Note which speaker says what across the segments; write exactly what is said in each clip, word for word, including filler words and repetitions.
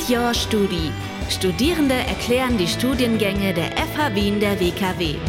Speaker 1: Meet Your Studi. Studierende erklären die Studiengänge der F H Wien der W K W.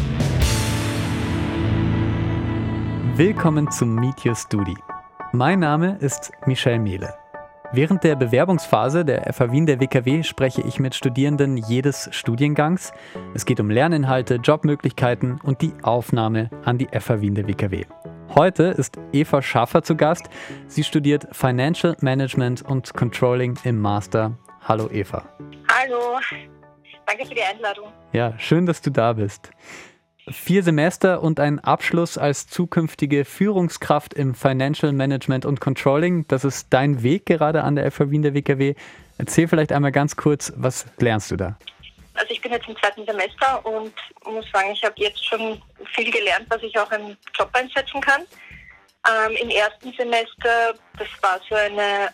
Speaker 2: Willkommen zum Meet Your Studi. Mein Name ist Michel Mehle. Während der Bewerbungsphase der F H Wien der W K W spreche ich mit Studierenden jedes Studiengangs. Es geht um Lerninhalte, Jobmöglichkeiten und die Aufnahme an die F H Wien der W K W. Heute ist Eva Schaffer zu Gast. Sie studiert Financial Management und Controlling im Master. Hallo Eva.
Speaker 3: Hallo, danke für die Einladung.
Speaker 2: Ja, schön, dass du da bist. Vier Semester und ein Abschluss als zukünftige Führungskraft im Financial Management und Controlling. Das ist dein Weg gerade an der F H Wien der W K W. Erzähl vielleicht einmal ganz kurz, was lernst du da?
Speaker 3: Also ich bin jetzt im zweiten Semester und muss sagen, ich habe jetzt schon viel gelernt, was ich auch im Job einsetzen kann. Ähm, Im ersten Semester, das war so eine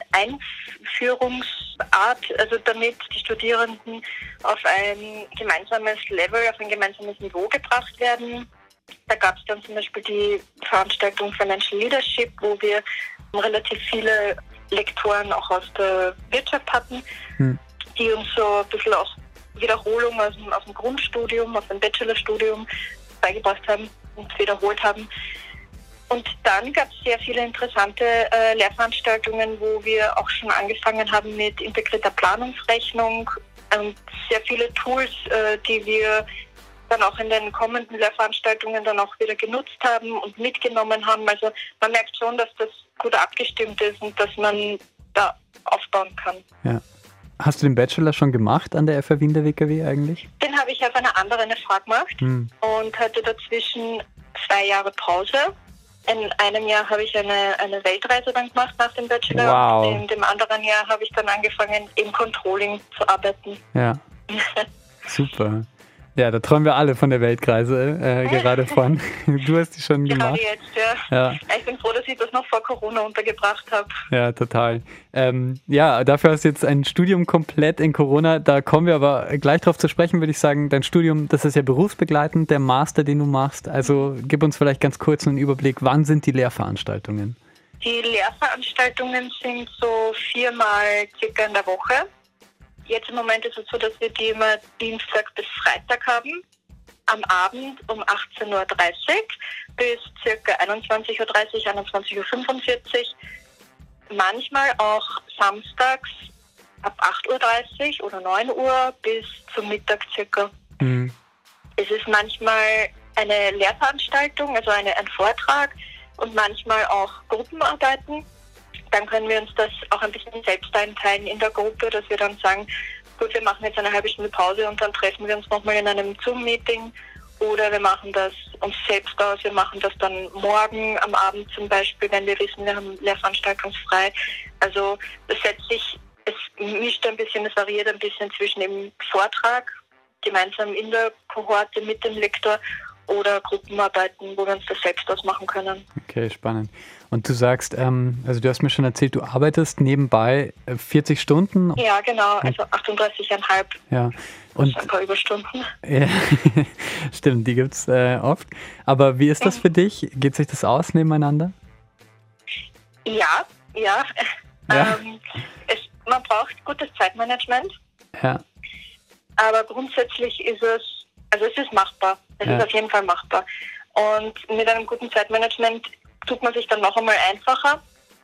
Speaker 3: Einführungsart, also damit die Studierenden auf ein gemeinsames Level, auf ein gemeinsames Niveau gebracht werden. Da gab es dann zum Beispiel die Veranstaltung Financial Leadership, wo wir relativ viele Lektoren auch aus der Wirtschaft hatten, hm. die uns so ein bisschen auch Wiederholung aus dem, aus dem Grundstudium, aus dem Bachelorstudium beigebracht haben und wiederholt haben. Und dann gab es sehr viele interessante äh, Lehrveranstaltungen, wo wir auch schon angefangen haben mit integrierter Planungsrechnung und sehr viele Tools, äh, die wir dann auch in den kommenden Lehrveranstaltungen dann auch wieder genutzt haben und mitgenommen haben. Also man merkt schon, dass das gut abgestimmt ist und dass man da aufbauen kann.
Speaker 2: Ja. Hast du den Bachelor schon gemacht an der F H Wien der W K W eigentlich?
Speaker 3: Den habe ich auf einer anderen F H gemacht hm. und hatte dazwischen zwei Jahre Pause. In einem Jahr habe ich eine, eine Weltreise dann gemacht nach dem Bachelor.
Speaker 2: Wow.
Speaker 3: Und in dem anderen Jahr habe ich dann angefangen, im Controlling zu arbeiten.
Speaker 2: Ja, super. Ja, da träumen wir alle von der Weltreise, äh, gerade von. Du hast die schon gemacht.
Speaker 3: Gerade jetzt, ja. ja. Ich bin froh, dass ich das noch vor Corona untergebracht habe.
Speaker 2: Ja, total. Ähm, ja, dafür hast du jetzt ein Studium komplett in Corona. Da kommen wir aber gleich drauf zu sprechen, würde ich sagen. Dein Studium, das ist ja berufsbegleitend, der Master, den du machst. Also gib uns vielleicht ganz kurz einen Überblick. Wann sind die Lehrveranstaltungen?
Speaker 3: Die Lehrveranstaltungen sind so viermal circa in der Woche. Jetzt im Moment ist es so, dass wir die immer Dienstag bis Freitag haben, am Abend um achtzehn Uhr dreißig bis ca. einundzwanzig Uhr dreißig, einundzwanzig Uhr fünfundvierzig. Manchmal auch samstags ab acht Uhr dreißig oder neun Uhr bis zum Mittag circa. Mhm. Es ist manchmal eine Lehrveranstaltung, also eine, ein Vortrag und manchmal auch Gruppenarbeiten. Dann können wir uns das auch ein bisschen selbst einteilen in der Gruppe, dass wir dann sagen, gut, wir machen jetzt eine halbe Stunde Pause und dann treffen wir uns nochmal in einem Zoom-Meeting oder wir machen das uns selbst aus, wir machen das dann morgen am Abend zum Beispiel, wenn wir wissen, wir haben lehrveranstaltungsfrei. Also es setzt sich, es mischt ein bisschen, es variiert ein bisschen zwischen dem Vortrag, gemeinsam in der Kohorte mit dem Lektor oder Gruppenarbeiten, wo wir uns das selbst ausmachen können.
Speaker 2: Okay, spannend. Und du sagst, ähm, also du hast mir schon erzählt, du arbeitest nebenbei vierzig Stunden?
Speaker 3: Ja, genau, also achtunddreißig Komma fünf.
Speaker 2: Ja. Und
Speaker 3: ein paar Überstunden.
Speaker 2: Ja, stimmt, die gibt es äh, oft. Aber wie ist das für dich? Geht sich das aus nebeneinander?
Speaker 3: Ja, ja.
Speaker 2: ja.
Speaker 3: Ähm, es, man braucht gutes Zeitmanagement.
Speaker 2: Ja.
Speaker 3: Aber grundsätzlich ist es, also es ist machbar. Es ja. ist auf jeden Fall machbar. Und mit einem guten Zeitmanagement tut man sich dann noch einmal einfacher.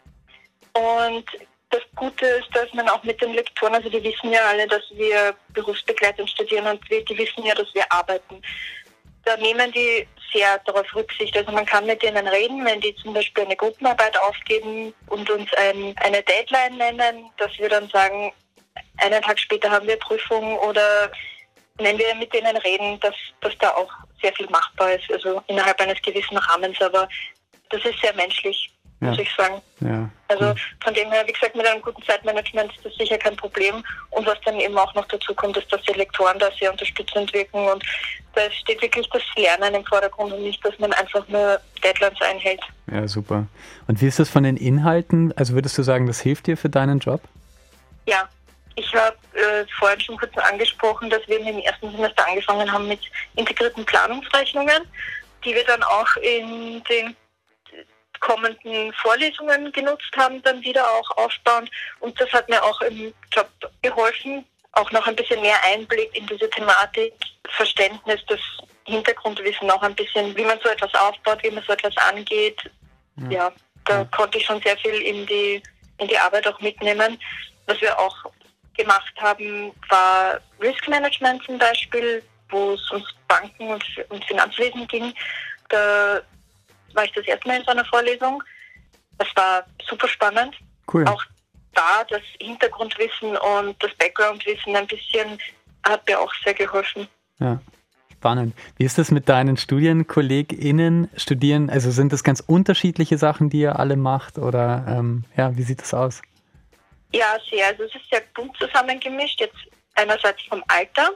Speaker 3: Und das Gute ist, dass man auch mit den Lektoren, also die wissen ja alle, dass wir berufsbegleitend studieren und die wissen ja, dass wir arbeiten. Da nehmen die sehr darauf Rücksicht. Also man kann mit denen reden, wenn die zum Beispiel eine Gruppenarbeit aufgeben und uns ein, eine Deadline nennen, dass wir dann sagen, einen Tag später haben wir Prüfung oder wenn wir mit denen reden, dass, dass da auch sehr viel machbar ist, also innerhalb eines gewissen Rahmens, aber das ist sehr menschlich, ja. muss ich sagen.
Speaker 2: Ja.
Speaker 3: Also von dem her, wie gesagt, mit einem guten Zeitmanagement ist das sicher kein Problem. Und was dann eben auch noch dazu kommt, ist, dass die Lektoren da sehr unterstützend wirken und da steht wirklich das Lernen im Vordergrund und nicht, dass man einfach nur Deadlines einhält.
Speaker 2: Ja, super. Und wie ist das von den Inhalten? Also würdest du sagen, das hilft dir für deinen Job?
Speaker 3: Ja. Ich habe äh, vorhin schon kurz angesprochen, dass wir im ersten Semester angefangen haben mit integrierten Planungsrechnungen, die wir dann auch in den kommenden Vorlesungen genutzt haben, dann wieder auch aufbauen. Und das hat mir auch im Job geholfen, auch noch ein bisschen mehr Einblick in diese Thematik, Verständnis, das Hintergrundwissen, auch ein bisschen, wie man so etwas aufbaut, wie man so etwas angeht. Ja, ja da ja. konnte ich schon sehr viel in die, in die Arbeit auch mitnehmen. Was wir auch gemacht haben, war Risk Management zum Beispiel, wo es ums Banken und, und Finanzwesen ging. Da war ich das erste Mal in so einer Vorlesung. Das war super spannend.
Speaker 2: Cool.
Speaker 3: Auch da das Hintergrundwissen und das Backgroundwissen ein bisschen hat mir auch sehr geholfen.
Speaker 2: Ja, spannend. Wie ist das mit deinen StudienkollegInnen? Studieren, also sind das ganz unterschiedliche Sachen, die ihr alle macht? Oder ähm, ja, wie sieht das aus?
Speaker 3: Ja, sehr. Also es ist sehr bunt zusammengemischt. Jetzt einerseits vom Alter.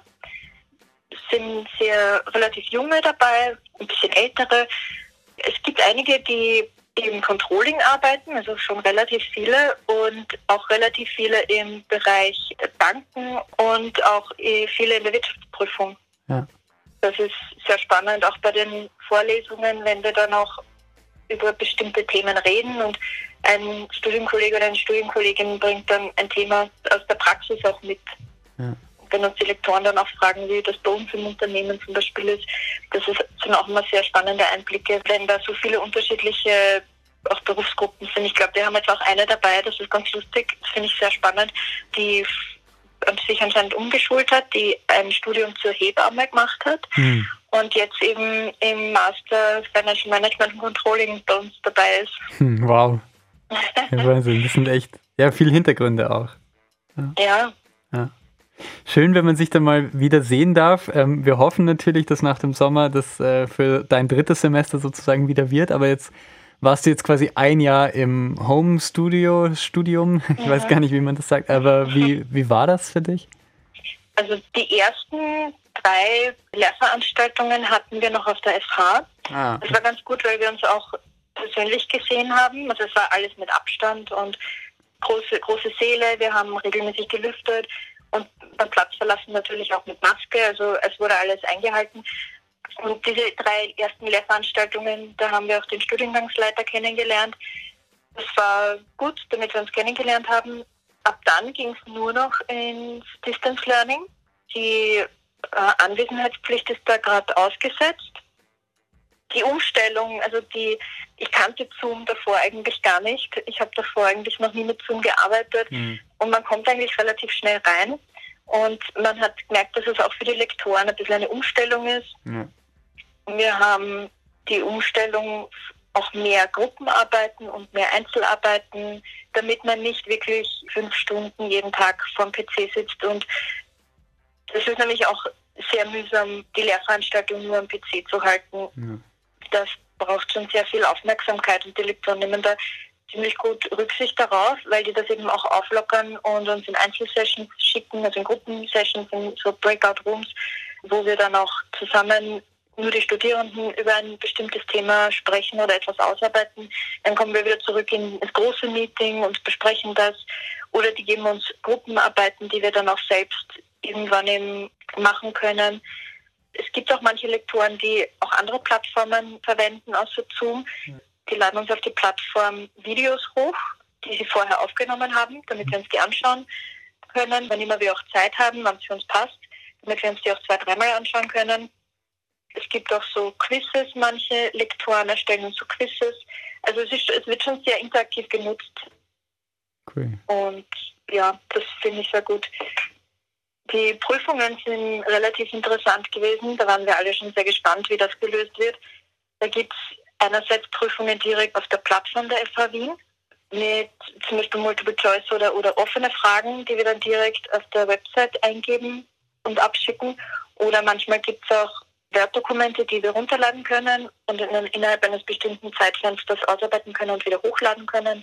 Speaker 3: Es sind sehr relativ junge dabei, ein bisschen ältere. Es gibt einige, die im Controlling arbeiten, also schon relativ viele, und auch relativ viele im Bereich Banken und auch viele in der Wirtschaftsprüfung.
Speaker 2: Ja.
Speaker 3: Das ist sehr spannend, auch bei den Vorlesungen, wenn wir dann auch über bestimmte Themen reden und ein Studienkollege oder eine Studienkollegin bringt dann ein Thema aus der Praxis auch mit.
Speaker 2: Ja.
Speaker 3: Wenn uns die Lektoren dann auch fragen, wie das bei uns im Unternehmen zum Beispiel ist, das ist, sind auch immer sehr spannende Einblicke, wenn da so viele unterschiedliche auch Berufsgruppen sind. Ich glaube, wir haben jetzt auch eine dabei, das ist ganz lustig, das finde ich sehr spannend, die sich anscheinend umgeschult hat, die ein Studium zur Hebamme gemacht hat mhm. und jetzt eben im Master Financial Management und Controlling bei uns dabei ist.
Speaker 2: Hm, wow. Ja, Wahnsinn, das sind echt ja, viele Hintergründe auch.
Speaker 3: Ja. ja.
Speaker 2: ja. Schön, wenn man sich dann mal wieder sehen darf. Ähm, wir hoffen natürlich, dass nach dem Sommer das äh, für dein drittes Semester sozusagen wieder wird, aber jetzt warst du jetzt quasi ein Jahr im Home-Studio-Studium. Ich ja. weiß gar nicht, wie man das sagt, aber wie, wie war das für dich?
Speaker 3: Also die ersten drei Lehrveranstaltungen hatten wir noch auf der F H. Ah, okay. Das war ganz gut, weil wir uns auch persönlich gesehen haben. Also es war alles mit Abstand und große, große Säle. Wir haben regelmäßig gelüftet. Und beim Platz verlassen natürlich auch mit Maske, also es wurde alles eingehalten. Und diese drei ersten Lehrveranstaltungen, da haben wir auch den Studiengangsleiter kennengelernt. Das war gut, damit wir uns kennengelernt haben. Ab dann ging es nur noch ins Distance Learning. Die äh, Anwesenheitspflicht ist da gerade ausgesetzt. Die Umstellung, also die, ich kannte Zoom davor eigentlich gar nicht. Ich habe davor eigentlich noch nie mit Zoom gearbeitet mhm. und man kommt eigentlich relativ schnell rein und man hat gemerkt, dass es auch für die Lektoren ein bisschen eine Umstellung ist. Mhm. Wir haben die Umstellung auch mehr Gruppenarbeiten und mehr Einzelarbeiten, damit man nicht wirklich fünf Stunden jeden Tag vorm P C sitzt und das ist nämlich auch sehr mühsam, die Lehrveranstaltung nur am P C zu halten. Mhm. Das braucht schon sehr viel Aufmerksamkeit und die Lektoren nehmen da ziemlich gut Rücksicht darauf, weil die das eben auch auflockern und uns in Einzelsessions schicken, also in Gruppensessions, in so Breakout-Rooms, wo wir dann auch zusammen nur die Studierenden über ein bestimmtes Thema sprechen oder etwas ausarbeiten. Dann kommen wir wieder zurück in das große Meeting und besprechen das. Oder die geben uns Gruppenarbeiten, die wir dann auch selbst irgendwann eben machen können. Es gibt auch manche Lektoren, die auch andere Plattformen verwenden, außer Zoom. Die laden uns auf die Plattform Videos hoch, die sie vorher aufgenommen haben, damit wir uns die anschauen können, wann immer wir auch Zeit haben, wann es für uns passt, damit wir uns die auch zwei, dreimal anschauen können. Es gibt auch so Quizzes, manche Lektoren erstellen uns so Quizzes. Also es, ist, es wird schon sehr interaktiv genutzt.
Speaker 2: Cool.
Speaker 3: Und ja, das finde ich sehr gut. Die Prüfungen sind relativ interessant gewesen. Da waren wir alle schon sehr gespannt, wie das gelöst wird. Da gibt es einerseits Prüfungen direkt auf der Plattform der F H Wien mit zum Beispiel Multiple Choice oder, oder offene Fragen, die wir dann direkt auf der Website eingeben und abschicken. Oder manchmal gibt es auch Word-Dokumente, die wir runterladen können und in, innerhalb eines bestimmten Zeitfensters ausarbeiten können und wieder hochladen können.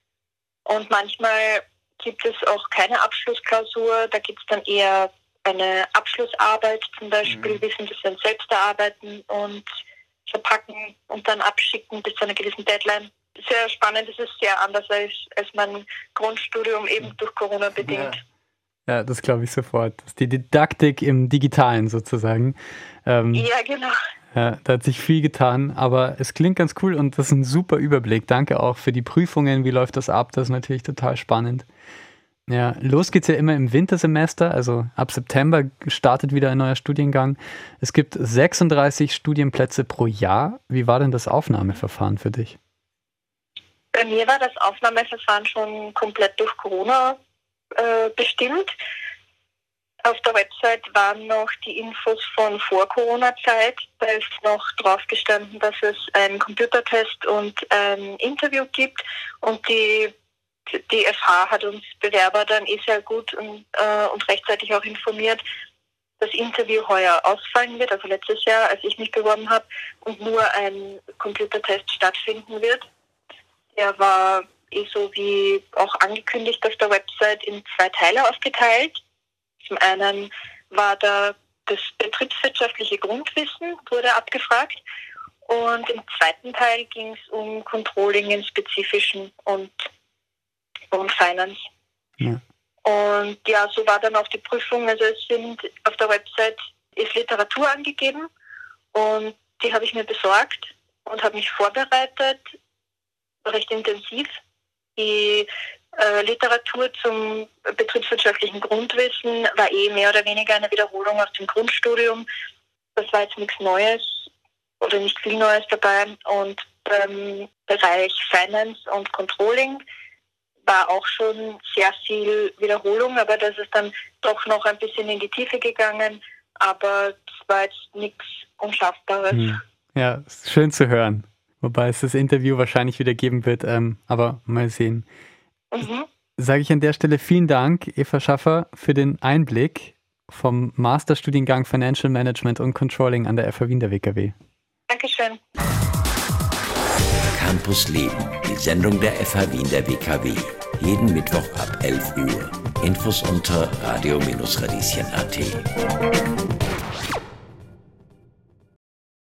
Speaker 3: Und manchmal gibt es auch keine Abschlussklausur, da gibt es dann eher eine Abschlussarbeit, zum Beispiel mhm. Wissen, das wir uns selbst erarbeiten und verpacken und dann abschicken bis zu einer gewissen Deadline. Sehr spannend, es ist sehr anders als, als mein Grundstudium eben durch Corona bedingt.
Speaker 2: Ja, ja, das glaube ich sofort. Das ist die Didaktik im Digitalen sozusagen. Ähm,
Speaker 3: ja, genau.
Speaker 2: Ja, da hat sich viel getan, aber es klingt ganz cool und das ist ein super Überblick. Danke auch für die Prüfungen. Wie läuft das ab? Das ist natürlich total spannend. Ja, los geht's ja immer im Wintersemester, also ab September startet wieder ein neuer Studiengang. Es gibt sechsunddreißig Studienplätze pro Jahr. Wie war denn das Aufnahmeverfahren für dich?
Speaker 3: Bei mir war das Aufnahmeverfahren schon komplett durch Corona äh, bestimmt. Auf der Website waren noch die Infos von vor Corona-Zeit. Da ist noch drauf gestanden, dass es einen Computertest und ein Interview gibt. Und die, die F H hat uns Bewerber dann eh sehr gut und, äh, und rechtzeitig auch informiert, dass das Interview heuer ausfallen wird, also letztes Jahr, als ich mich beworben habe, und nur ein Computertest stattfinden wird. Der war eh so wie auch angekündigt auf der Website in zwei Teile aufgeteilt. Zum einen war da das betriebswirtschaftliche Grundwissen, wurde abgefragt. Und im zweiten Teil ging es um Controlling im Spezifischen und um Finance. Ja. Und ja, so war dann auch die Prüfung. Also es sind auf der Website ist Literatur angegeben und die habe ich mir besorgt und habe mich vorbereitet, recht intensiv. Die äh, Literatur zum betriebswirtschaftlichen Grundwissen war eh mehr oder weniger eine Wiederholung aus dem Grundstudium. Das war jetzt nichts Neues oder nicht viel Neues dabei. Und beim Bereich Finance und Controlling war auch schon sehr viel Wiederholung, aber das ist dann doch noch ein bisschen in die Tiefe gegangen. Aber es war jetzt nichts Unschaffbares.
Speaker 2: Hm. Ja, ist schön zu hören. Wobei es das Interview wahrscheinlich wieder geben wird, ähm, aber mal sehen. Mhm. Sage ich an der Stelle vielen Dank, Eva Schaffer, für den Einblick vom Masterstudiengang Financial Management und Controlling an der F H Wien der W K W.
Speaker 3: Dankeschön.
Speaker 4: Campus Leben, die Sendung der F H Wien der W K W. Jeden Mittwoch ab elf Uhr. Infos unter radio Bindestrich radieschen punkt a t.